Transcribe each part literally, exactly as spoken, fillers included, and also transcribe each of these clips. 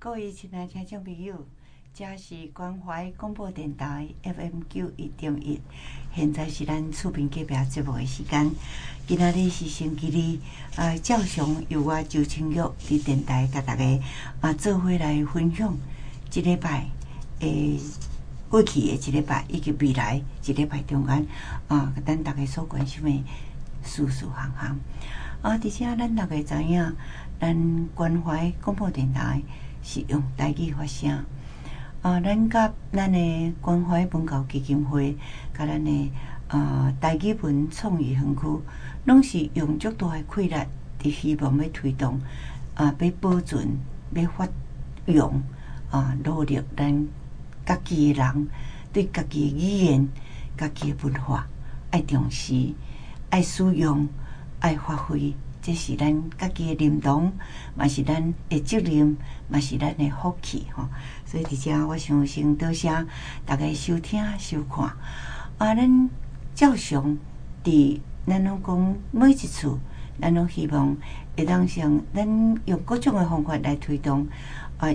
各位亲爱听众朋友，这是关怀广播电台 F M 九一点一，现在是咱厝边隔壁节目的时间。今仔日是星期二，啊，照常由我周清玉伫电台甲大家啊做伙来分享一礼拜诶过去的一礼拜以及未来一礼拜中间啊，咱大家所关心的事事行行啊，而且咱大家知影，咱关怀广播电台是用台语发声。啊，咱甲咱的关怀文教基金会，甲咱的呃台语文创意园区，拢是用足大的气力，伫希望要推动啊，要保存、要发扬啊，努力咱家己的人对家己的语言、家己的文化爱重视、爱使用、爱发挥。这是咱家己的认同，嘛是咱的责任，嘛是咱的福气吼。所以，伫遮我想先多谢大家收听收看。啊，咱照常伫咱拢讲每一次，咱拢希望会当像咱用各种的方法来推动啊，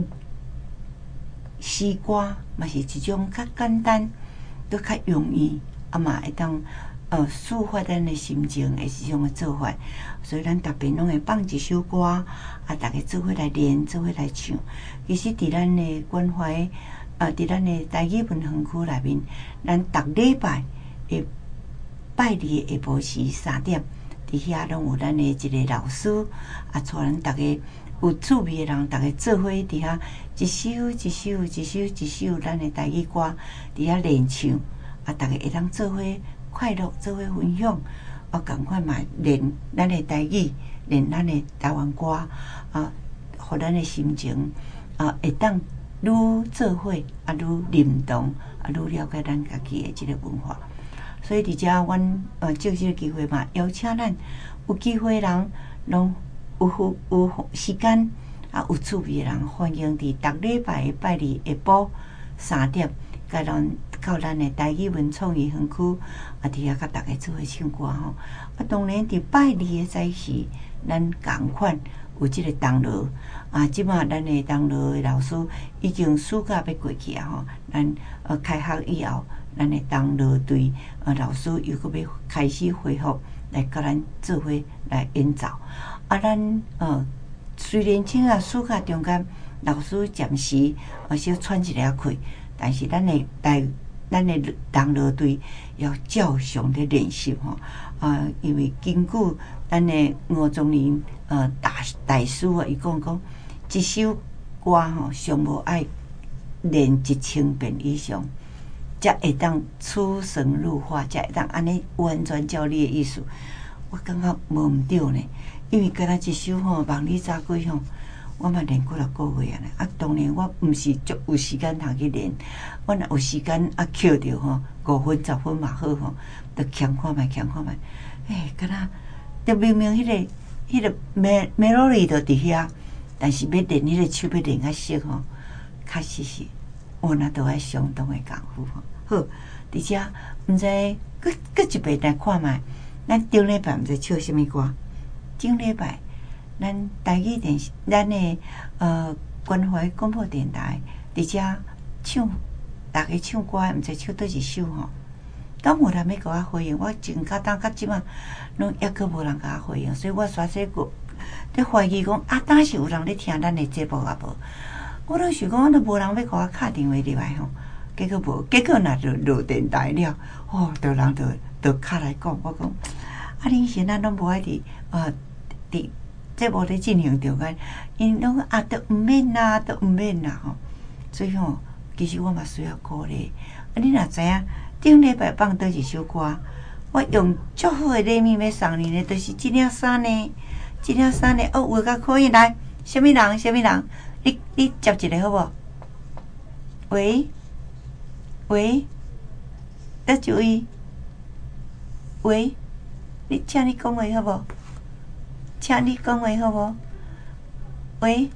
诗歌嘛是一种较简单、都较容易，啊嘛会当。呃，抒发咱的心情的是种的做法，所以咱特别拢会放一首歌，啊，大家做伙来练，做伙来唱。其实伫咱的关怀，呃，伫咱的台语文园区内面，咱逐礼拜的拜二的下晡时三点，伫遐拢有咱的一个老师，啊，带咱大家有趣味的人，大家做伙伫遐一首一首一首一首咱的台语歌伫遐练唱，啊，大家会当做伙。快乐做伙分享，啊，赶快嘛练咱的台语，练咱的台湾歌，啊，互咱的心情啊，会当愈做伙啊，愈认同啊，愈了解咱家己的即个文化。所以伫遮，阮呃借即个机会嘛，邀请咱有机会的人，拢有有时间啊，有趣味的人，欢迎伫逐礼拜的拜二下晡三点，甲咱。到咱的台语文创意园区，啊，伫遐甲大家做伙唱歌吼。啊，当然伫拜二的早时，咱共款有即个同乐啊，即马咱的同乐的老师已经暑假要过去啊吼。咱呃开学以后，咱的同乐队呃老师又搁要开始恢复来甲咱做伙来演奏。啊，咱呃虽然请啊暑假中间老师暂时呃小喘一下气，但是咱的台咱的同乐队要照常的练习吼，啊，因为根据咱的吴宗林呃大大师啊，伊讲讲一首歌吼，上无爱练一千遍以上，才会当出神入化，才会当安尼完全照你的意思。我感觉无毋对呢，因为敢若一首吼，望你早归吼。我嘛练几六个月啊！啊，当然我毋是足有时间通去练，我若有时间啊，扣着吼五分十分嘛好吼，着强看觅强看觅。诶，敢若着明明迄、那个迄、那个 mel melody 着伫遐，但是要练迄个手要练较熟吼，确实是我那都爱相当的功夫吼。好，而且毋知佫佫一遍来看觅，咱顶礼拜毋知唱啥物歌，顶礼拜。咱台语电视，咱的呃关怀广播电台，伫遮唱，大家唱歌，毋知唱倒一首吼。敢无人要甲我回应？我从较当到即马，拢抑阁无人甲我回应，所以我煞说过，咧怀疑讲啊，当是有人咧听咱的节目啊无？我拢想讲，我都无人要甲我敲电话入来吼，结果无，结果若就落电台了，哦，有人就就敲来讲，我讲啊，恁先咱拢无爱伫呃伫。这无咧进行中间，因拢啊，都毋免啦，都毋免啦吼。所以吼，其实我嘛需要鼓励。啊，你若知影，顶礼拜放倒一首歌，我用足好诶礼物要送你呢，就是即领衫呢，即领衫呢，哦，画甲可以来，啥物人？啥物人？你你接一个好无？喂喂，倒一位？喂，你请你讲话好无？请你讲话好无？喂，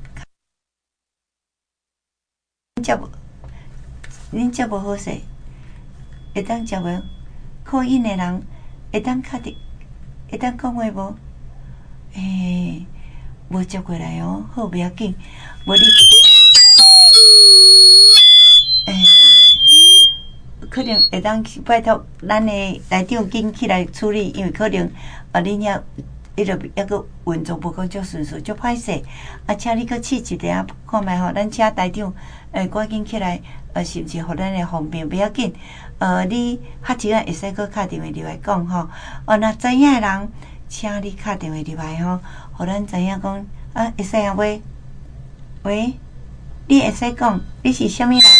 恁遮无？恁遮无好势，会当接无？靠音的人会当敲的，会当讲话无？诶、欸， 无接过来哦，好不要紧，无你，诶、欸，可能会当拜托咱的台长紧起来处理，因为可能啊，恁遐迄个抑个运作无讲足顺遂，足歹势。啊，请你搁试一下啊，看觅吼，咱请台长诶，赶紧起来，呃，是毋是互咱的方便？不要紧，呃，你较钱啊，会使搁敲电话入来讲吼。哦，若知影的人，请你敲电话入来吼，互咱知影讲啊，会使啊喂喂，你会使讲你是啥物人？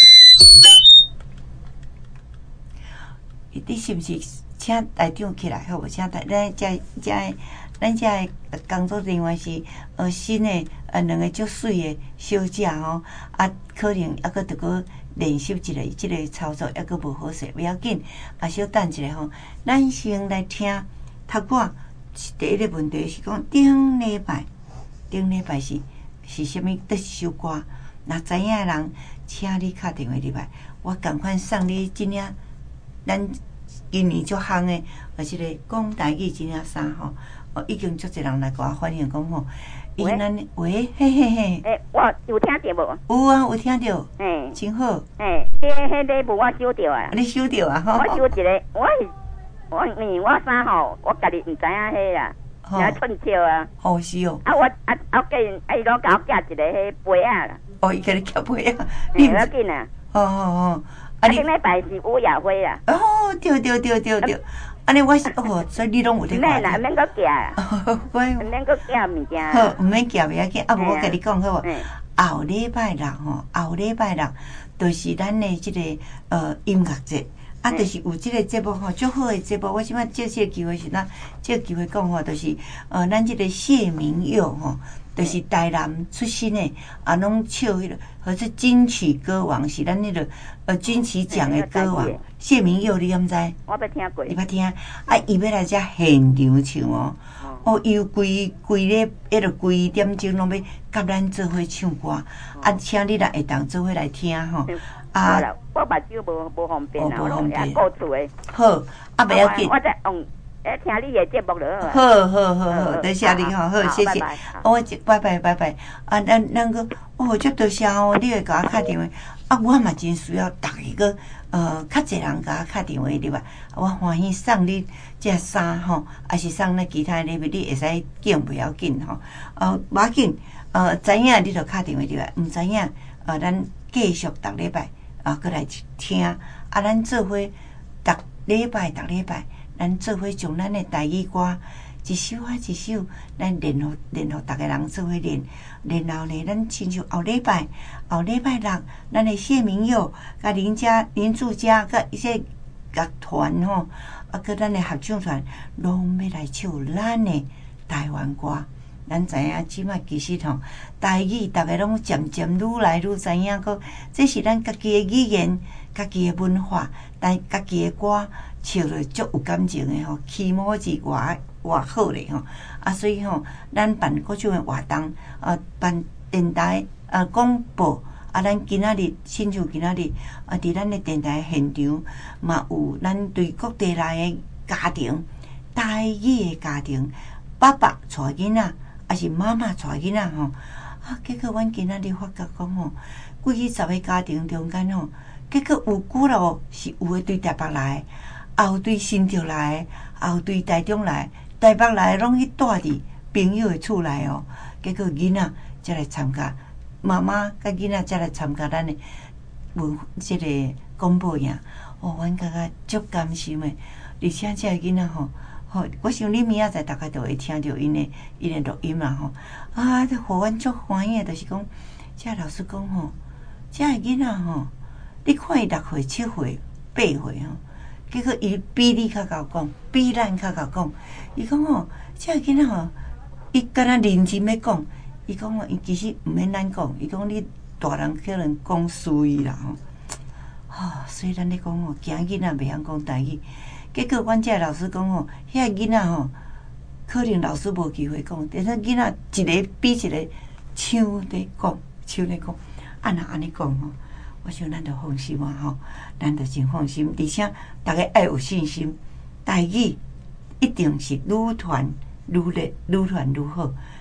你是毋是请台长起来好无？请台咱遮遮咱遮诶工作人员是呃新诶呃两个足水诶小姐吼，啊可能抑搁着搁练习一下即个操作，抑搁无好势，不要紧，啊小等一下吼，咱先来听读歌。第一个问题是讲顶礼拜，顶礼拜是是啥物？倒一首歌？若知影诶人，请你敲电话入来，我共款送你真领咱。今年足夯诶，而即个讲台语真领衫吼，哦，已经足侪人来甲我反映讲吼，伊咱喂嘿嘿嘿， 诶，我有听着无？ 有啊，有听着， 诶， 真好。 诶，迄迄礼物我收着啊。 你收着啊？吼， 我收一个，我我年我衫吼，我家己毋知影迄啦，来寸笑啊。 哦，是哦。 啊，我啊啊，叫因啊，伊拢甲我寄一个迄杯啊啦。 哦，伊甲你寄杯啊？ 你唔要紧啊。 哦哦哦。 啊！顶礼拜是乌雅辉啦。 哦，对对对对对，安尼我是哦，所以你拢有咧。 免啦，免搁寄啊。 我免搁寄物件。 好，毋免寄袂要紧。啊，无我甲你讲好无？后礼拜六吼，后礼拜六就是咱的即个呃音乐节，啊，就是有即个节目吼，足好诶节目。我即摆借这个机会是咱这个机会讲吼，就是呃，咱即个谢明佑吼。就是台南出身的，啊，拢唱迄个，或是金曲歌王，是咱迄个呃金曲奖的歌王谢明佑，你敢知？ 我捌听过。 你捌听？啊，伊要来遮现场唱哦，哦，伊有规规咧，迄个规点钟拢要甲咱做伙唱歌，啊，请你来会当做伙来听吼。 啊，我目睭无无方便啊，我拢也顾厝诶。 好，啊，袂要紧。 我再用。诶，听你诶节目了。 好好好好，多谢你吼，好谢谢。我拜拜拜拜。啊，咱咱个，哦，足多谢哦，你会甲我敲电话。啊，我嘛真需要逐个个，呃，较侪人甲我敲电话对吧？我欢喜送你这衫吼，还是送咱其他礼物，你会使拣不要紧吼。呃，无要紧，呃，知影你就敲电话入来，毋知影，呃，咱继续逐礼拜啊，过来听。啊，咱做伙逐礼拜逐礼拜。咱做伙将咱的台语歌一首啊一首，咱联合联合逐个人做伙练，然后呢，咱亲像后礼拜后礼拜六，咱的谢明佑、甲林家林柱家、甲一些乐团吼，啊，佮咱的合唱团，拢要来唱咱的台湾歌。咱知影即摆其实吼，台语逐个拢渐渐愈来愈知影，个这是咱家己的语言、家己的文化，但家己的歌。唱了足有感情的吼，起码是偌偌好咧吼，啊，所以吼，咱办各种的活动，啊，办电台啊广播，啊，咱今仔日，亲像今仔日，啊，伫咱的电台现场，嘛有咱对各地内的家庭，台语的家庭，爸爸带囡仔，还是妈妈带囡仔吼，啊，结果阮今仔日发觉讲吼，几十个家庭中间吼，结果有几落是有诶对台北来。也有对新竹来，也有对台中来，台北来拢去住伫朋友的厝内哦。结果囡仔才来参加，妈妈甲囡仔才来参加咱的文即个广播呀。哦，阮感觉足甘心的，而且这个囡仔吼，吼，我想你明仔载大概都会听到因的因的录音嘛吼。啊，互阮足欢喜的，就是讲，这老师讲吼，这个囡仔吼，你看伊六岁、七岁、八岁吼。结果伊比你较贤讲，比咱较贤讲。伊讲吼，这个囡仔吼，伊敢若认真要讲。伊讲吼，伊其实毋免咱讲。伊讲你大人可能讲衰啦吼。吼，所以咱咧讲吼，惊囡仔袂晓讲台语。结果阮这老师讲吼，遐囡仔吼，可能老师无机会讲，但是囡仔一个比一个像咧讲，像咧讲，按哪安尼讲吼。我想咱就放心啊吼，咱就真放心，而且大家爱有信心，台语一定是愈传愈热，愈传愈好。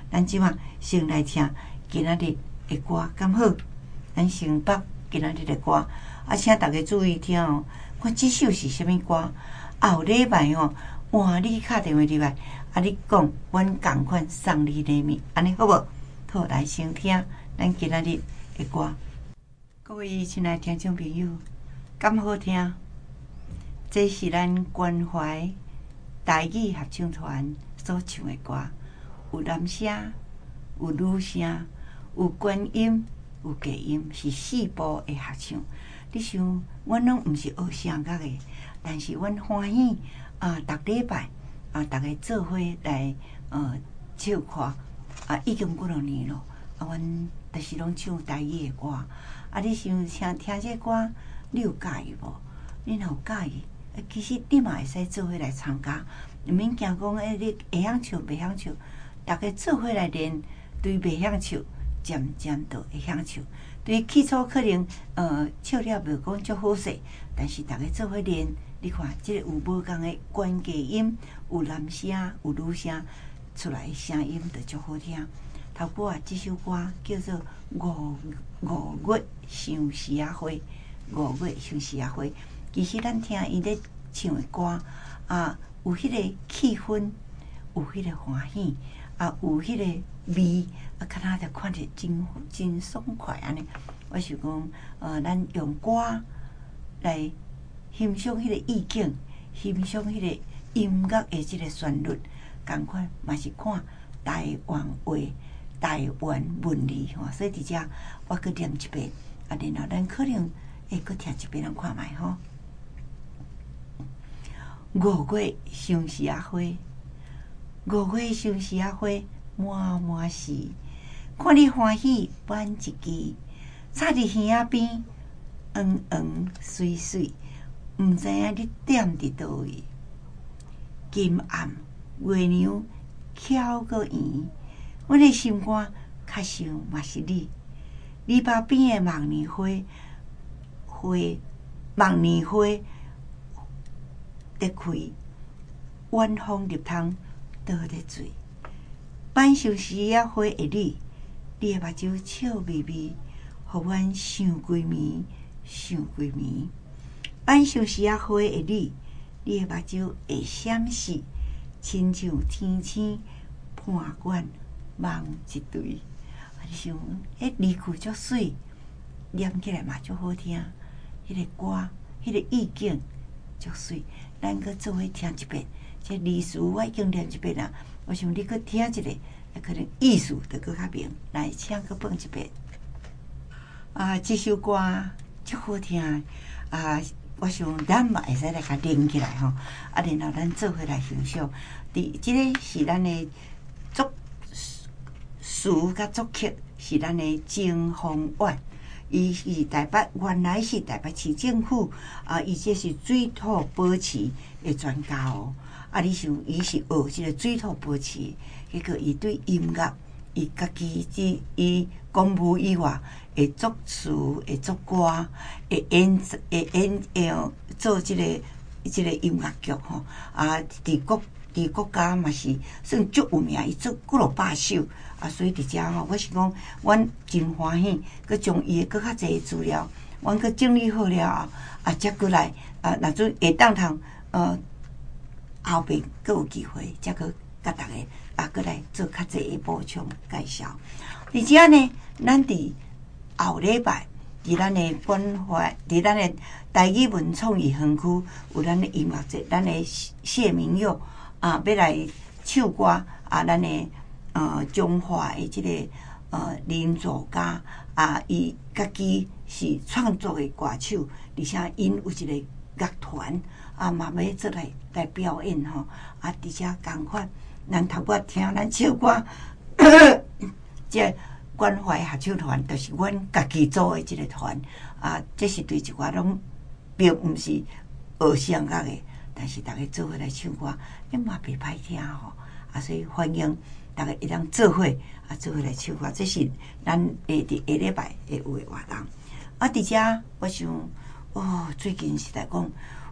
咱即马先来听今仔日的歌，敢好？咱先北今仔日的歌，啊，请大家注意听哦。看即首是啥物歌？后礼拜哦，换你敲电话入来，啊，你讲，阮共款送你礼物，安尼好无？好，来先听咱今仔日的歌。各位亲爱听众朋友，敢好听？这是咱关怀台语合唱团所唱的歌，有男声，有女声，有关音，有低音，是四部的合唱。你想，阮拢毋是学声乐的，但是阮欢喜啊，逐礼拜啊，逐个做伙来呃唱歌啊，已经几落年咯。啊，阮就是拢唱台语的歌。啊，你想听听这歌，你有介意无？你若有介意，其实你嘛会使做伙来参加，毋免惊讲诶，你会晓唱袂晓唱，逐个做伙来练，对袂晓唱，渐渐都会晓唱。对起初可能呃唱了袂讲足好势，但是逐个做伙练，你看即、這个有无共的关键音，有男声有女声，出来声音就足好听。头歌啊，即首歌叫做《五五月相思啊花》，五月相思啊花。其实咱听伊咧唱的歌啊，有迄个气氛，有迄个欢喜，啊，有迄个味，啊，敢若着看着真真爽快安尼。我想讲，呃，咱用歌来欣赏迄个意境，欣赏迄个音乐的即个旋律，共款嘛是看台湾话。台湾文理吼，所以伫遮我搁念一遍，啊，然后咱可能会搁听一遍，咱看卖吼。五月相思啊花，五月相思啊花，满满是，看你欢喜挽一支，插伫耳仔边，黄黄水水，毋知影你踮伫倒位。今暗月娘巧个圆。阮的心肝较想嘛是你，篱笆边的望年花，花望年花在开，晚风入窗倒咧醉。晚相思啊花的你，你的目睭笑眯眯，互阮想归暝，想归暝。晚相思啊花的你，你的目睭会闪烁，亲像天星判官。望一对，你想，迄离曲足水，念起来嘛足好听。迄、那个歌，迄、那个意境足水。咱搁做伙听一遍，这字词我已经念一遍啦。我想你搁听一个，可能意思就搁较明。来，请搁放一遍。啊，这首歌足好听啊！我想咱嘛会使来甲练起来吼。啊，然后咱做伙来欣赏。伫即个是咱的作。词甲作曲是咱的曾丰远，伊是台北，原来是台北市政府啊，伊这是水土保持的专家哦。啊，你想，伊是学即个水土保持，迄个伊对音乐，伊家己即伊公务以外，会作词，会作歌，会演，会演，会做即、这个即、这个音乐剧吼。啊，伫国伫国家嘛是算足有名，伊做几落百首。啊，所以伫遮吼，我是讲，阮真欢喜，佮将伊个佮较侪资料，阮佮整理好了后，啊，则过来啊，若做下当通，呃，后边佮有机会，则佮甲逐个啊，佮来做较侪的补充介绍。而且呢，咱伫后礼拜，伫咱的关怀，伫咱的台语文创意园区，有咱的音乐节，咱的谢明佑啊，要来唱歌啊，咱的。呃，中华的即、这个呃林作家啊，伊家己是创作的歌手，而且因有一个乐团啊，嘛要做来来表演吼。啊，而且共款，咱头尾听咱唱歌，这关怀合唱团，就是阮家己组的即个团啊，这是对一寡拢并毋是学声乐的，但是大家做伙来唱歌，你嘛袂歹听吼。啊，所以欢迎。大家一当做伙啊，做伙来唱歌，这是咱下伫下礼拜会有诶活动。啊，伫遮我想，哦，最近是来讲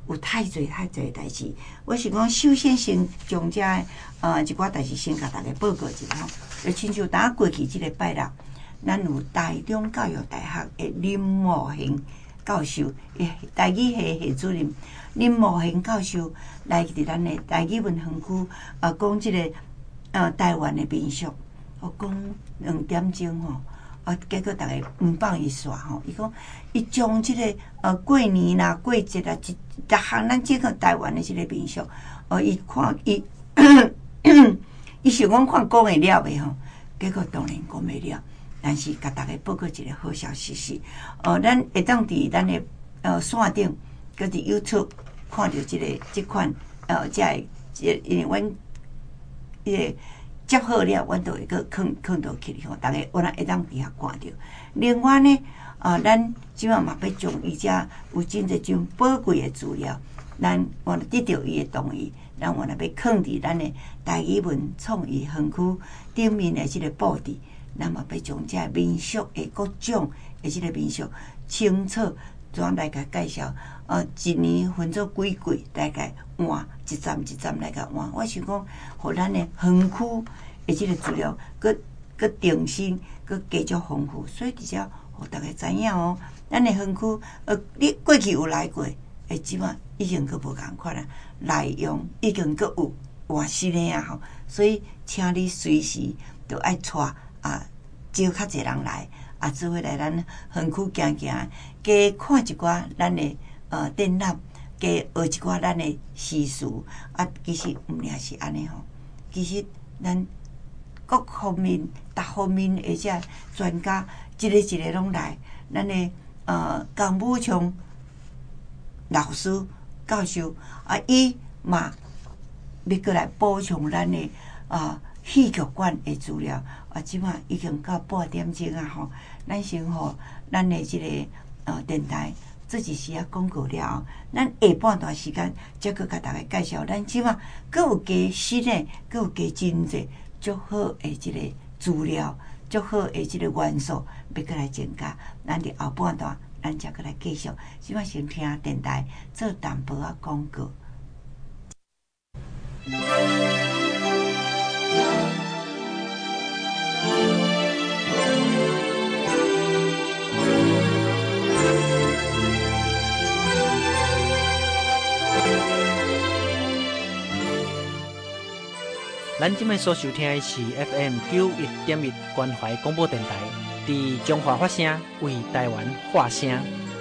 有太侪太侪代志。我是讲，首先先将遮呃一寡代志先甲大家报告一下吼。就亲像打过去即个拜六，咱有台中教育大学的林茂兴教授，诶，台语系系主任林茂兴教授来伫咱的台语文园区，呃，讲即个呃台湾的民俗，我讲两点钟吼。啊！结果逐个毋放伊煞吼，伊讲伊将即、這個呃过年啦、过节啦，一逐项咱整个台湾的即个民俗，哦，伊看伊，伊想讲看讲会了袂吼，结果当然讲袂了。但是甲大家报告一个好消息是，哦，咱会当伫咱的呃线顶，搁伫 YouTube 看到即、這个即款呃，即个即因为阮伊个。接好了，阮就会个放放倒去吼，逐个我咱会当伫遐看着。另外呢，啊，咱即马嘛要将伊遮有真侪种宝贵的资料，咱我得到伊的同意，咱我若要放伫咱的台语文创意园区顶面的即个布置，咱嘛要将遮民俗的各种的即个民俗清楚怎样来甲介绍。呃，一年分做几季，大概换一站一站来甲换。我想讲，互咱的园区的即个资料，佮佮定新，佮加足丰富，所以伫遮互大家知影哦。咱的园区，呃，你过去有来过，诶，即马已经佮无共款啦，内容已经佮有换新的啊吼。所以，请你随时都爱带啊，招较侪人来，啊，做伙来咱园区行行，加看一寡咱的。呃，展览加学一寡咱的习俗啊，其实毋掠是安尼吼。其实咱各方面、逐方面而且专家一个一个拢来，咱的呃江武昌老师教授啊，伊嘛要过来补充咱的啊戏剧馆的资料啊，即马已经到八点钟啊吼，咱先互咱的即、這个呃电台。自己时啊广告了，咱下半段时间再去甲大家介绍，咱即马阁有加新的，阁有加真济足好的即个资料，足好的即个元素，要过来增加。咱伫后半段，咱再过来继续。即马先听电台做淡薄仔广告。 咱即摆所收听的是 F M 九一点一关怀广播电台，伫中华发声，为台湾发声。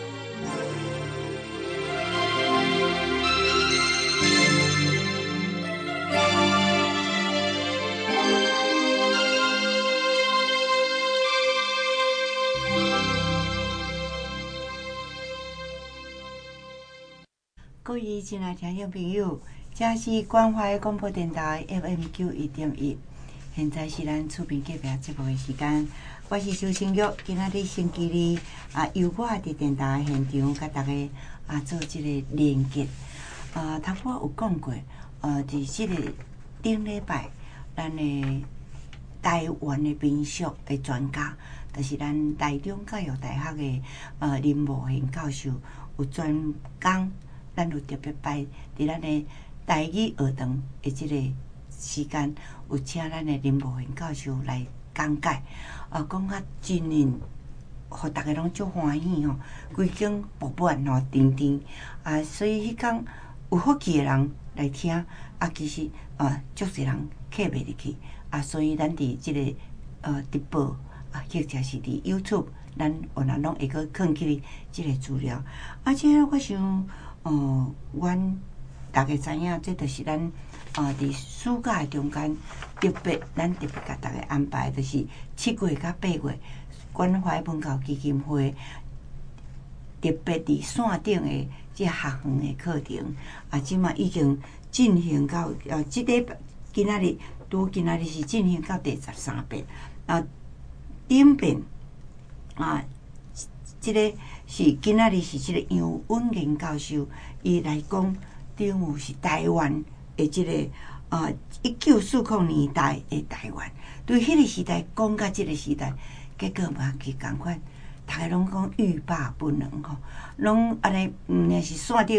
各位亲爱听众朋友。这是关怀广播电台 F M 九一点一，现在是咱厝边隔壁节目的时间。我是周清玉，今仔日星期二啊，由我伫电台现场甲大家啊做即个连接。啊，头我有讲过，呃，伫即个顶礼拜，咱的台湾的民俗的专家，就是咱台中教育大学的呃林茂兴教授，有专讲，咱有特别摆伫咱的。台语学堂的即个时间，有请咱的林茂兴教授来讲解，啊，讲较真人，互大家拢足欢喜吼，规间薄薄吼甜甜，啊，所以迄天有福气的人来听，啊，其实啊，足侪人客袂入去，啊，所以咱伫即个呃直播啊，或者是伫 YouTube， 咱有人拢会个放起即个资料，而且我想，呃，阮。大家知影，这就是咱啊，伫暑假的中间，特别咱特别甲大家安排，就是七月甲八月，关怀文教基金会特别伫线顶的这学园的课程，啊，即马已经进行到呃，即礼拜今仔日拄今仔日是进行到第十三遍，啊，顶遍啊，即、這个是今仔日是即个杨文仁教授伊来讲。第五是台湾的即、這个呃一九四零年代的台湾，对迄个时代讲到即个时代，结果嘛去共款，大家拢讲欲罢不能吼，拢安尼毋也是线顶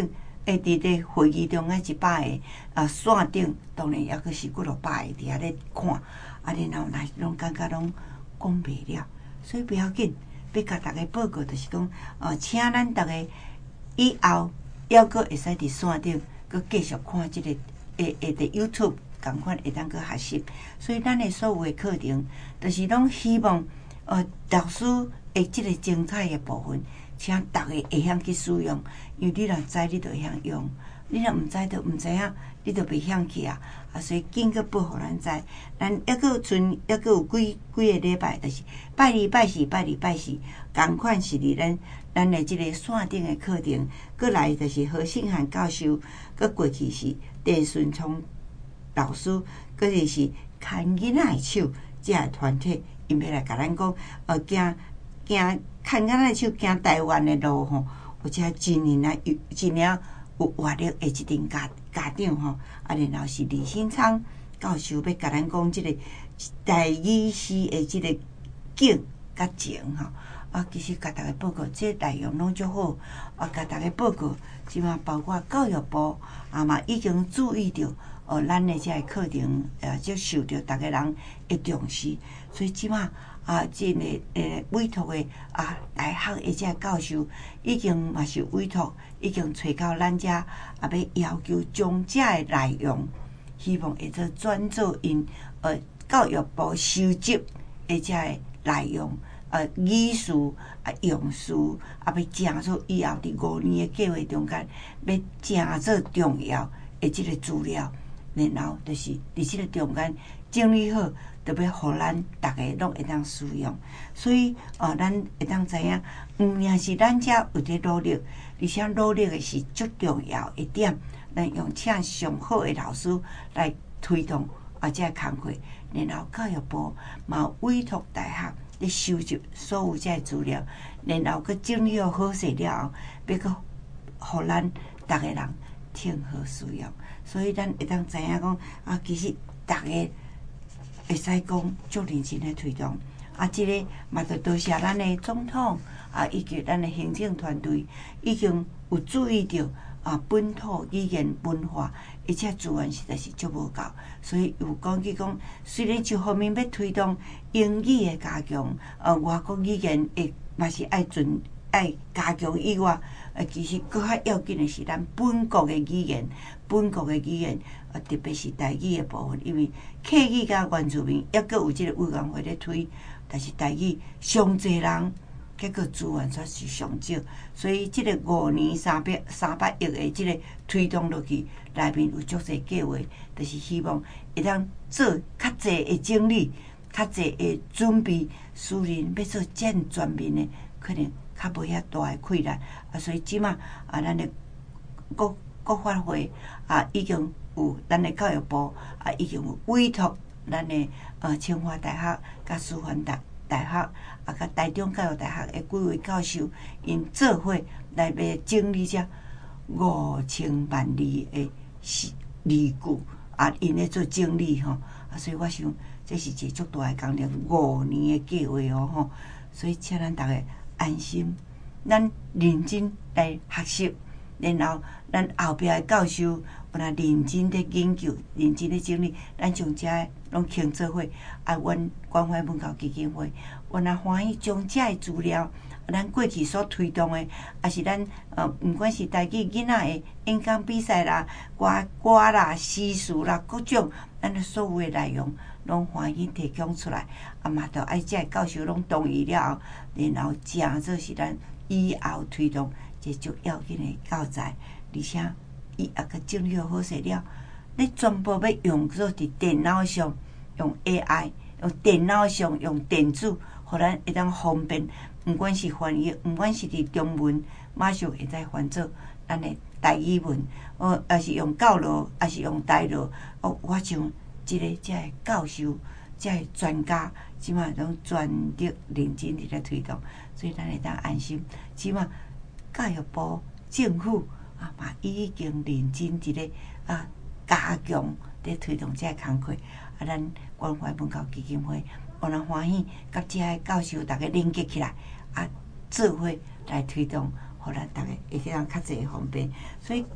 会伫咧会议中啊一百个啊线顶，当然抑阁是几落百个伫遐咧看，啊，然后来拢感觉拢讲袂了，所以不要紧，要甲大家报告，就是讲，呃，请咱大家以后抑阁会使伫线顶，阁继续看即、这个会会伫 YouTube 共款会当阁学习，所以咱诶所有诶课程，就是拢希望，呃，老师诶即个精彩诶部分。请逐个会晓去使用，因为你若知，你就会晓用；你若毋知，就毋知影，你就袂晓去啊。啊，所以紧去报互咱知。咱抑阁剩，抑阁有几几个礼拜，就是拜二、拜四、拜二、拜四，共款是伫咱咱的即个线顶的课程。过来就是何信涵教授，过过去是陈顺聪老师，过去是牵囡仔的手，即个团体，因要来甲咱讲，呃，行行。看囡仔手行台湾的路吼，或者真年啊有真领有活力的一阵家家长吼，啊，然后是李新昌教授要甲咱讲即个台语诗的即个景甲情吼，啊，其实甲大家报告，这内容拢足好，啊，甲大家报告，即嘛包括教育部啊嘛已经注意到，哦，咱的即个课程呃，就受到大家人的重视，所以即嘛。啊，即个诶委托诶啊，大学诶即个教授已经嘛是委托，已经找到咱遮，啊要要求将遮诶内容，希望会做转做因呃教育部收集诶遮诶内容，呃语数啊用词啊要正做以后伫五年诶计划中间，要正做重要诶即个资料，然后就是伫即个中间整理好。特别互咱逐个拢会当使用，所以哦，咱会当知影，毋仅是咱遮有伫努力，而且努力的是最重要一点。咱用请上好的老师来推动啊，遮工作，然后教育部嘛委托大学咧收集所有遮资料，然后佮整理好势了后，要佮互咱逐个人听好使用。所以咱会当知影讲啊，其实逐个。会使讲足认真诶推动，啊，即、这个嘛，着多谢咱诶总统啊，以及咱诶行政团队，已经有注意到啊本土语言文化，而且资源实在是足无够，所以有讲去讲，虽然一方面要推动英语诶加强，呃，外国语言诶嘛是爱准爱加强以外，呃，其实搁较要紧诶是咱本国诶语言，本国诶语言。特别是台语的部分，因为客语甲原住民抑阁有即个委员会咧推，但是台语上侪人，结果资源却是上少，所以即个五年三百三百亿的即个推动落去，内面有足侪计划，就是希望会当做较侪的整理，较侪的准备，私人要做真全面的，可能较无遐大的困难，啊，所以即马啊，咱的国国发会啊，已经。有咱的教育部啊，已经有委托咱的呃清华大学、甲师范大大学啊、甲台中教育大学的几位教授，因做伙来要整理遮五千万字的字句啊，因咧做整理吼啊，所以我想这是一个足大的工程，五年的计划哦吼，所以请咱大家安心，咱认真来学习，然后咱后壁的教授。我若认真的研究，认真的整理，咱将遮拢倾做伙。啊，阮关怀文教基金会，我若欢喜将遮的资料，咱过去所推动的，也是咱呃，毋管是台语囡仔的演讲比赛啦、歌歌啦、诗词啦，各种咱的所有的内容，拢欢喜提供出来。啊嘛，着爱遮教授拢同意了后，然后正做是咱以后推动一个足要紧的教材，而且。伊也佮整理好势了，你全部要用做伫电脑上，用 A I， 用电脑上用电子，互咱会当方便。毋管是翻译，毋管是伫中文，马上会使翻做咱的台语文，哦，也是用教路，也是用台路。哦，我想即个遮个教授，遮个专家，即马拢全力认真伫咧推动，所以咱会当安心。即马教育部、政府。啊嘛，已经认真伫咧啊加强咧推动遮个工作，啊，咱关怀文教基金会，我人欢喜，甲遮个教授逐个连接起来，啊，做伙来推动，互咱逐个会当较侪方便。所以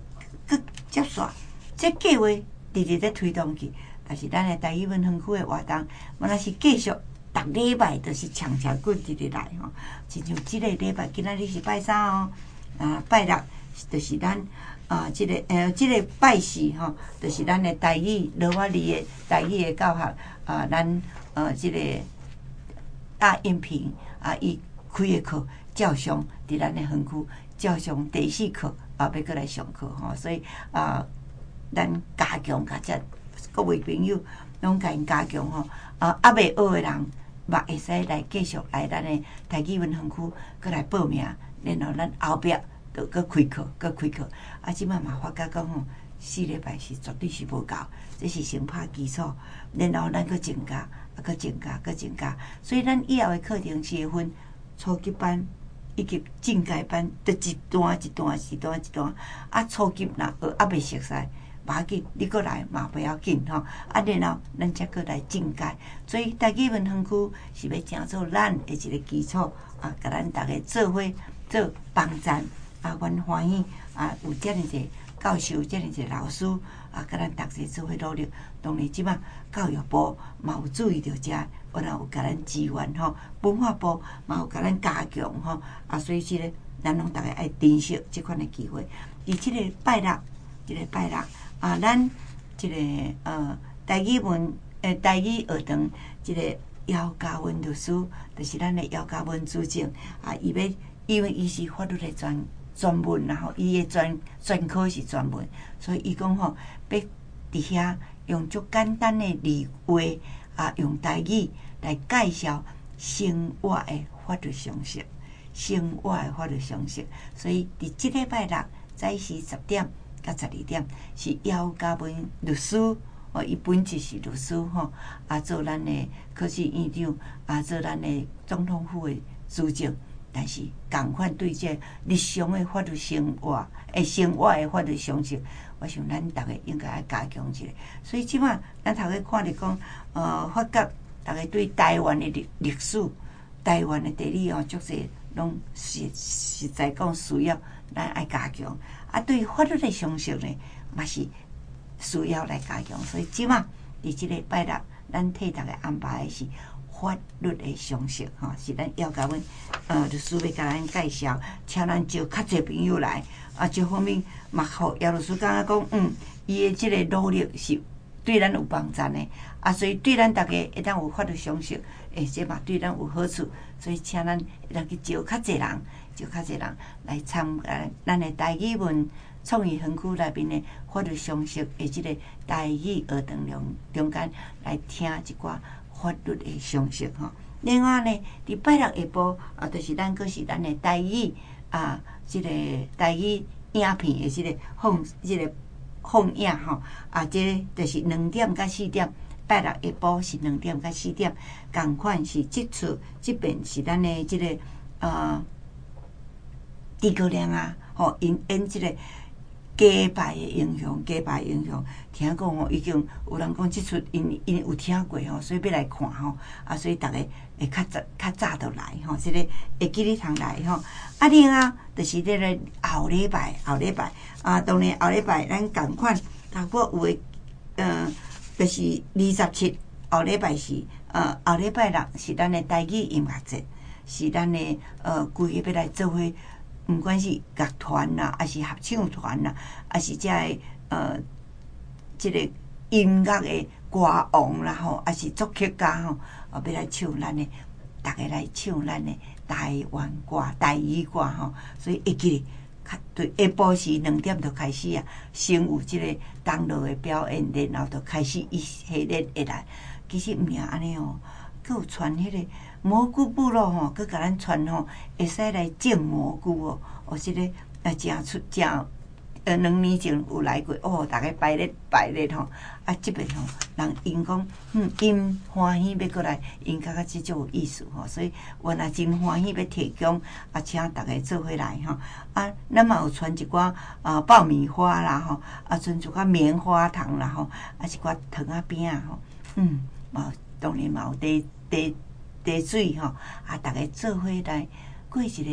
佮接续，这计划直直在推动去。但是咱的台语文园区的活动，我若是继续逐礼拜都是长长滚直直来吼。亲像即个礼拜，今仔日是拜三哦，啊拜六就是咱啊即、这个呃即、这个拜四吼，就是咱的台语罗瓦里的台语的教学啊，咱呃即、这个大音频啊，伊开的课照常伫咱的园区照常第四课啊，要过来上课吼，所以啊，咱加强甲遮。各位朋友，拢甲因加强吼，啊，还未学的人，嘛会使来继续来咱的台语文园区，过来报名，然后咱后壁就搁开课，搁开课。啊，即摆嘛发觉讲吼，四礼拜是绝对是无够，这是先拍基础，然后咱搁增加，啊，搁增加，搁增加。所以咱以后的课程是会分初级班以及进阶班，就一段一段一段一段。啊，初级若学还未熟悉。无要紧，你过来嘛不要紧吼，啊，然后咱才过来进阶。所以台语文园区是要成做咱的一个基础啊，甲咱大家做伙做帮赞啊，阮欢喜啊，有遮尔一个教授，遮尔一个老师啊，甲咱大家做伙努力。当然，即马教育部嘛有注意到遮，我然有甲咱支援吼，文化部嘛有甲咱加强吼，啊，所以即个咱拢大家爱珍惜即款的机会。伫即个拜六，即个拜六。啊，咱即、这个呃台语文诶台语学堂即个姚嘉文律师，就是咱的姚嘉文主任啊，伊要因为伊是法律的专专文，然后伊的专专科是专文，所以伊讲吼，要伫遐用足简单的字话啊，用台语来介绍生活的法律常识，生活的法律常识，所以伫即礼拜六早时十点。到十二点是姚嘉文律师，哦，伊本质是律师吼，啊，做咱的科技院长，啊，做咱的总统府的主任，但是共款对这日常的法律生活，诶，生活的法律常识，我想咱逐个应该爱加强一下。所以即摆咱头个看着讲，呃，发觉逐个对台湾的历历史、台湾的地理哦，足侪拢实实在讲需要咱爱加强。啊，对法律的常识呢，嘛是需要来加强。所以即马伫即个拜六，咱替大家安排的是法律的常识，吼，是咱要甲阮呃律师要甲咱介绍，请咱招较侪朋友来。啊，这方面嘛，互姚律师感觉讲，嗯，伊的即个努力是对咱有帮助的。啊，所以对咱大家会当有法律常识，诶，这嘛对咱有好处。所以请咱会当去招较侪人。就较侪人来参加咱的台语文创意园区内面的法律常识的即个台语学堂中中间来听一寡法律的常识吼。另外呢，伫拜六下晡啊，就是咱阁是咱的台语啊，即、这个台语影片的即个放即、这个放映吼啊，这就是两点到四点。拜六下晡是两点到四点，共款是即次即边是咱的即、这个呃。诸葛亮啊，吼，因演即个假扮的英雄，假扮英雄，听讲吼，已经有人讲即出因因有听过吼，所以要来看吼，啊，所以逐个会较早较早就来吼，即、这个会记哩通来吼。啊，另外就是即个后礼拜，后礼拜啊，当然后礼拜咱共款，如果有诶，呃，就是二十七后礼拜是呃后礼拜六是咱的台语音乐节，是咱的呃规个要来做伙。毋管是乐团啦，还是合唱团啦，还是遮个呃，即、这个音乐的歌王啦吼，还是作曲家吼，啊，要来唱咱的，大家来唱咱的台湾歌、台语歌吼，所以会记较对下晡时两点就开始啊，先有即个当落的表演，然后就开始一系列会来。其实毋尔安尼哦，佮有传迄、那个。蘑菇部落吼，佮甲咱传吼，会使来种蘑菇哦。哦，即、这个啊，真出真呃，两年前有来过哦，大家排列排列吼。啊，即边吼，人因讲，嗯，因欢喜要过来，因感觉即种有意思吼，所以我也真欢喜要提供啊，请大家做伙来吼。啊，咱嘛有传一寡啊爆米花啦吼，啊，传一寡棉花糖啦吼，啊一寡糖仔饼啊吼，嗯，嘛当然嘛有茶茶。茶水吼，啊，大家做伙来过一个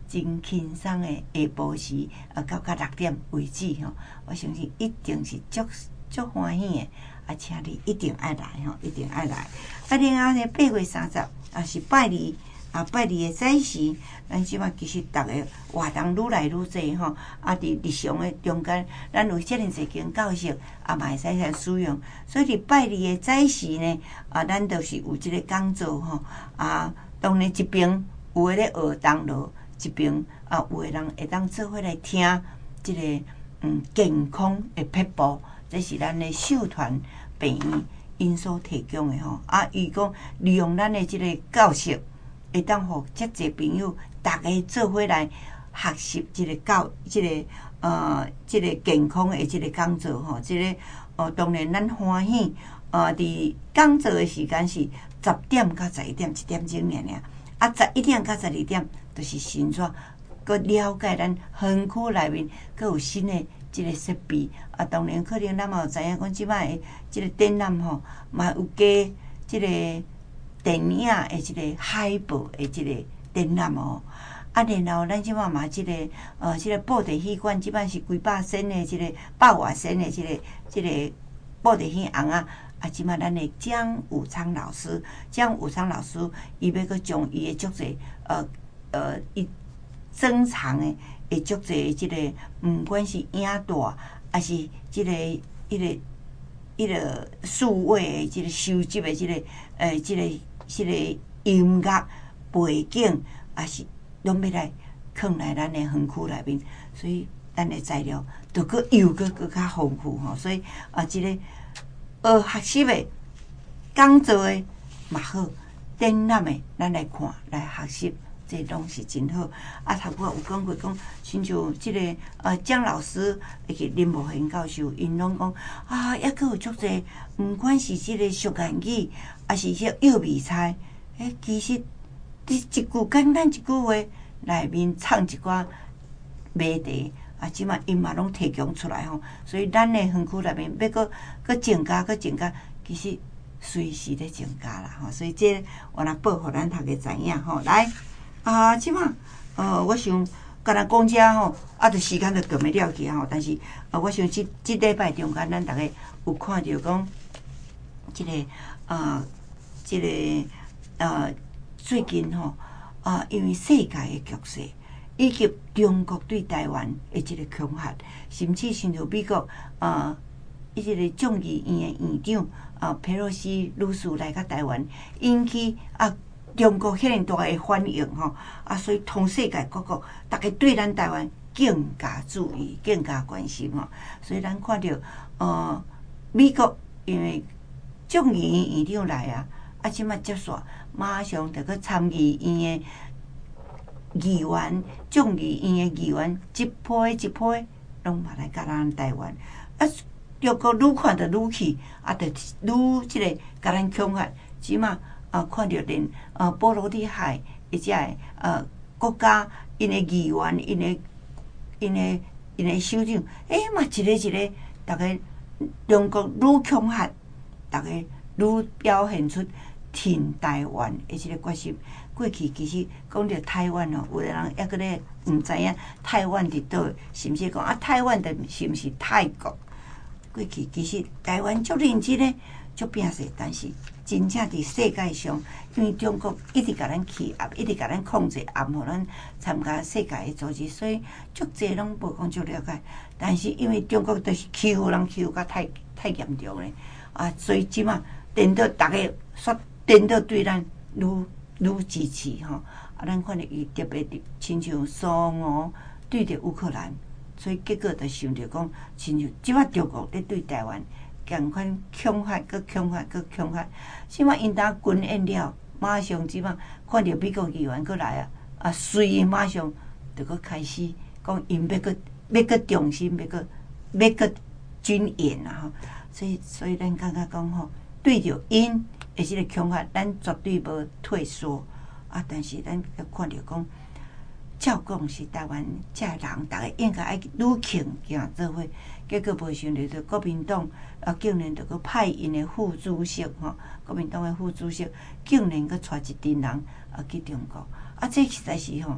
真轻松的下晡时，啊，到到六点为止吼，我相信一定是足足欢喜的，啊，请你一定爱来吼，一定爱来。啊，另后呢，八月三十啊是拜二。啊，拜二的早时，咱即马其实逐个活动愈来愈侪吼，啊，伫日常的中间，咱有遮尔侪间教室，啊，嘛会使来使用。所以伫拜二的早时呢，啊，咱就是有即个讲座吼，啊，当然一边有诶咧学东路，一边啊有诶人会当做伙来听即个嗯健康的撇步，这是咱的社团病院因所提供的吼。啊，伊讲利用咱的即个教室。会当互遮侪朋友，大家做伙来学习即个教，即、这个呃，即、这个健康的即个讲座吼，即、这个呃，当然咱欢喜，呃，伫讲座的时间是十点到十一点，一点钟尔尔，啊，十一点到十二点，就是先煞，佮了解咱园区内面佮有新的即个设备，啊，当然可能咱嘛有知影讲即摆的即个展览吼，嘛有加即个。电影的即个海报的即个展览哦，啊，然后咱即马嘛即个呃即、这个布袋戏馆，即摆是几百仙的即个百外仙的即、这个即、这个布袋戏红啊，啊，即马咱的江武昌老师，江武昌老师，伊要阁将伊的足侪呃呃伊珍藏的会足侪即个，毋管是影带，还是即、这个迄个迄个数位的即个收集的即、这个呃即、这个。即个音乐背景，也是拢要来放来咱的园区内面，所以咱的材料都搁又搁搁较丰富吼。所以啊，即、这个学学习的、讲座的嘛好，展览的咱来看来学习，这拢是真好。啊，头拄有讲过讲，亲像即、这个呃蒋老师以及林茂贤教授，因拢讲啊，抑阁有足侪，毋管是即个俗言语。啊，是迄药味菜，诶，其实一一句简单一句话，内面藏一寡谜题，啊，即马因嘛拢提供出来吼，所以咱诶园区内面要搁搁增加，搁增加，其实随时咧增加啦吼，所以这我来报互咱大家知影吼。来啊，即马呃，我想敢若讲遮吼，啊，着时间着断袂了去吼，但是呃，我想即即礼拜中间，咱大家有看着讲，即、这个啊。即、这个呃，最近吼啊，因为世界的局势，以及中国对台湾的即个恐吓，甚至像着美国啊，伊即个众议院的院长啊，佩洛西女士来到台湾，引起啊中国遐尼大的反应吼啊，所以通世界各国大家对咱台湾更加注意、更加关心吼。所以咱看到呃，美国因为众议院院长来啊。啊！即马接煞，马上着去参议院的议员、众议院的议员，一批一批拢嘛来甲咱台湾。啊，中国愈看着愈气，啊，着愈即个甲咱恐吓。即马啊，看着连啊波罗的海一只个呃国家，因的议员、因的、因的、因的首长，诶、欸、嘛一个一个，逐个中国愈恐吓，逐个愈表现出。挺台湾的即个决心，过去其实讲到台湾哦，有的人抑个咧毋知影台湾伫倒，是毋是讲啊？台湾的是毋是泰国？过去其实台湾足认真咧，足拼势，但是真正伫世界上，因为中国一直甲咱欺压，一直甲咱控制，也互咱参加世界的组织，所以足济拢无讲足了解。但是因为中国就是欺负人，欺负甲太太严重咧啊，所以即马颠倒逐个说。颠倒对咱愈愈支持吼，啊，咱看着伊特别伫亲像苏俄对着乌克兰，所以结果就想着讲，亲像即摆中国咧对台湾共款恐吓，搁恐吓，搁恐吓，即摆因当军演了，马上即摆看着美国议员过来啊，啊，随伊马上就搁开始讲，因要搁要搁重新要搁要搁军演啊吼，所以所以咱感觉讲吼，对着因。诶，即个恐吓，咱绝对无退缩啊！但是咱要看着讲，照讲是台湾遮人，逐个应该爱愈庆行做伙。结果无想到，着国民党啊，竟然着个派因的副主席吼，国民党的副主席竟然阁带一群人啊去中国啊！这实在是吼，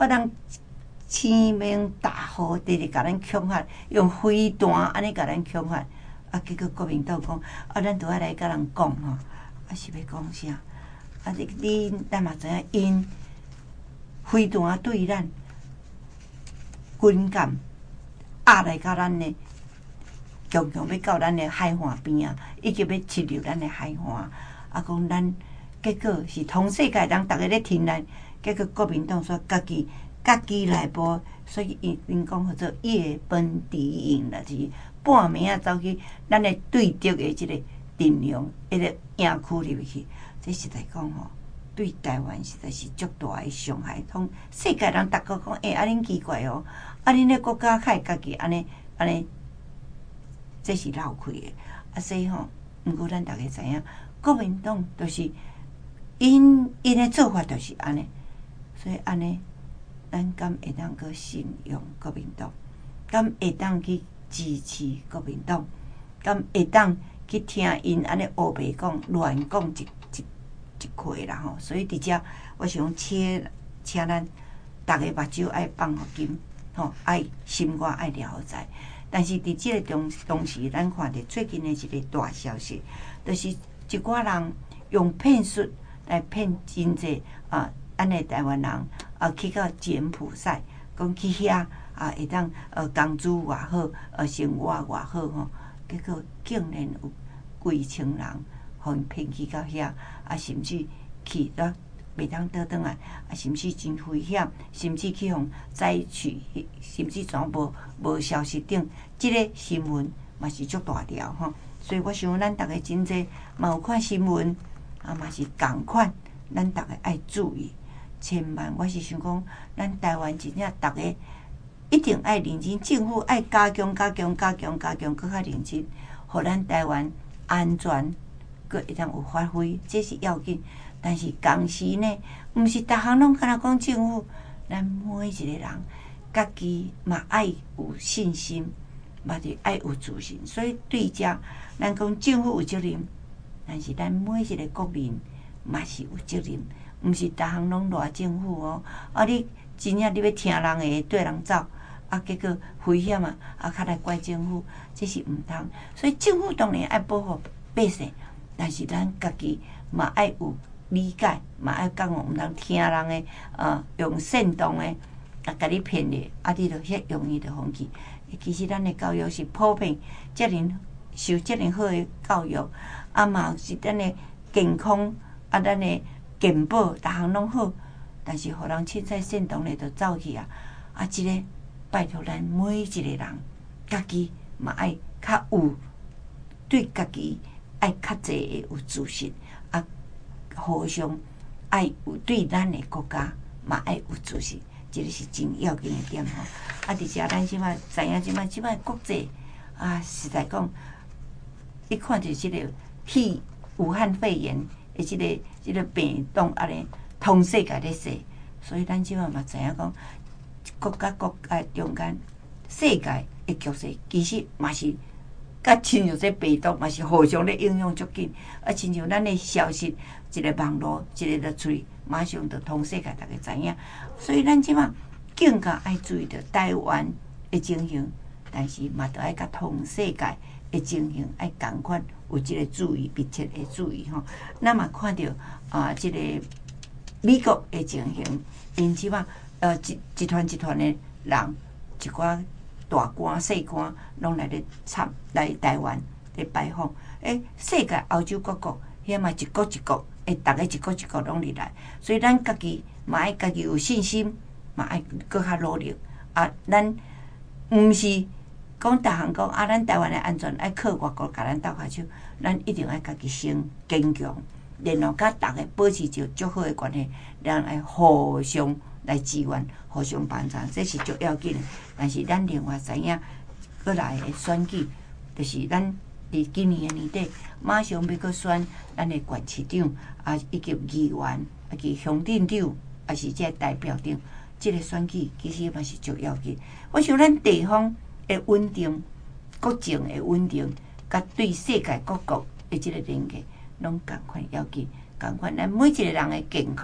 我人青面大雨，直直甲咱恐吓，用飞弹安尼甲咱恐吓。啊，结果国民党讲，啊，咱拄爱来甲人讲吼，啊是要讲啥？啊，你你咱嘛知影，因飞弹对咱军舰压来甲咱的，强强要到咱的海岸边啊，以及要侵入咱的海岸。啊，讲咱结果是通世界人，逐个咧听咱，结果国民党说家己家己来报，所以因因讲叫做夜奔敌营啦，就是半暝啊走去咱的对敌的即个阵容，迄个营区入去，这实在讲吼，对台湾实在是足大的伤害。通世界人逐个讲，诶、欸，啊恁奇怪哦，啊恁咧国家较会家己安尼安尼，这是闹开的。啊，所以吼，毋过咱逐个知影，国民党就是因因的做法就是安尼，所以安尼，咱敢会当去信用国民党？敢会当去支持国民党？敢会当去听因安尼黑白讲、乱讲一一一回啦吼？所以伫遮，我想请请咱逐个目睭爱放互紧，吼，爱心肝爱了解。但是伫即个同同时，咱看着最近的一个大消息，就是一寡人用骗术来骗真济啊，咱的台湾人啊去到柬埔寨，讲去遐啊会当呃工资偌好，呃生活偌好吼，结果竟然有几千人互因骗去到遐，啊甚至去了袂当倒转来，啊甚至真危险，甚至去互采取，甚至全无无消息顶，即、这个新闻嘛是足大条吼。所以我想咱逐个真济嘛有看新闻，啊嘛是共款，咱逐个爱注意，千万我是想讲，咱台湾真正逐个一定爱认真，政府爱加强加强加强加强，搁较认真，互咱台湾安全，搁会当有发挥，这是要紧。但是同时呢，毋是逐项拢敢若讲政府，咱每一个人家己嘛爱有信心，嘛就爱有自信。所以对遮，咱讲政府有责任，但是咱每一个国民嘛是有责任，毋是逐项拢赖政府哦。啊，你真正你要听人的，对人走，啊，结果危险啊，啊，较来怪政府，这是毋通。所以政府当然爱保护百姓，但是咱家己嘛爱有理解，嘛爱讲哦，毋通听人的，呃，用煽动的啊，甲你骗你，啊，你着遐容易着放弃。其实咱的教育是普遍遮尔受遮尔好的教育，啊嘛是咱的健康，啊咱的健保，逐项拢好，但是互人凊彩煽动咧，着走去啊！啊，即、这个拜托咱每一个人，家己嘛爱较有对家己爱较济的有自信，啊，互相爱有对咱的国家嘛爱有自信。这个是真要紧的点吼，啊！而且咱即摆知影，即摆即摆国际啊，实在讲，你看着即个肺武汉肺炎的即、这个即、这个病毒安尼，通世界咧说，所以咱即摆嘛知影讲，国家国家中间世界的局势，其实嘛是甲亲像这病毒嘛是互相咧影响足紧，啊，亲像咱的消息，一个网络，一个就嘴。马上就通世界，大家知影，所以咱即马更加爱注意着台湾的情形，但是嘛，都爱甲通世界的情形爱共款有即个注意，密切的注意吼。咱嘛看到啊，即、这个美国的情形，因即马呃一一团一团的人，一寡大官细官拢来咧参来台湾咧拜访，诶，世界欧洲各国，遐嘛一国一国。会逐个一个一个拢入来，所以咱家己嘛爱家己有信心，嘛爱搁较努力。啊，咱毋是讲逐项讲啊，咱台湾的安全爱靠外国甲咱斗下手，咱一定爱家己先坚强，然后甲逐个保持着足好的关系，咱爱互相来支援，互相帮助，这是足要紧的。但是咱另外知影，过来的选举，就是咱。伫今年的年底，马上要去选咱的县市长，啊，以及议员，啊，及乡镇长，啊是这代表长，这个选举其实嘛是足要紧。我想咱地方的稳定，国情的稳定，甲对世界各国的这个连接，拢共款要紧。共款，咱每一个人的健康，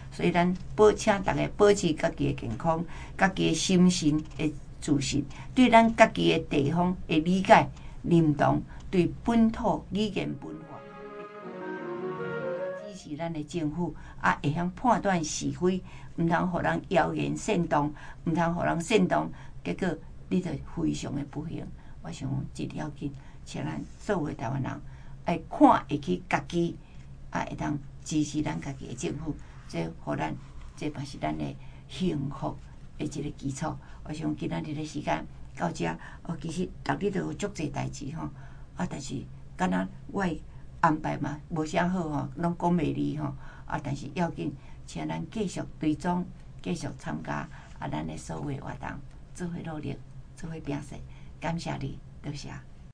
所以咱保请大家保持家己的健康，家己的心神的自信，对咱家己的地方的理解认同，对本土语言文化支持咱的政府，啊会晓判断是非，毋通互人谣言煽动，毋通互人煽动，结果你就非常的不幸。我想这要紧，请咱所有的台湾人会看会去家己，啊会当支持咱家己的政府，这互咱这嘛是咱的幸福的一个基础。我想今仔日的时间到这，哦，其实逐日都有足侪代志吼，啊，但是敢若我的安排嘛无啥好吼，拢讲袂离吼，啊，但是要紧，请咱继续追踪，继续参加啊，咱的所有的活动，做伙努力，做伙拼势，感谢你，多谢。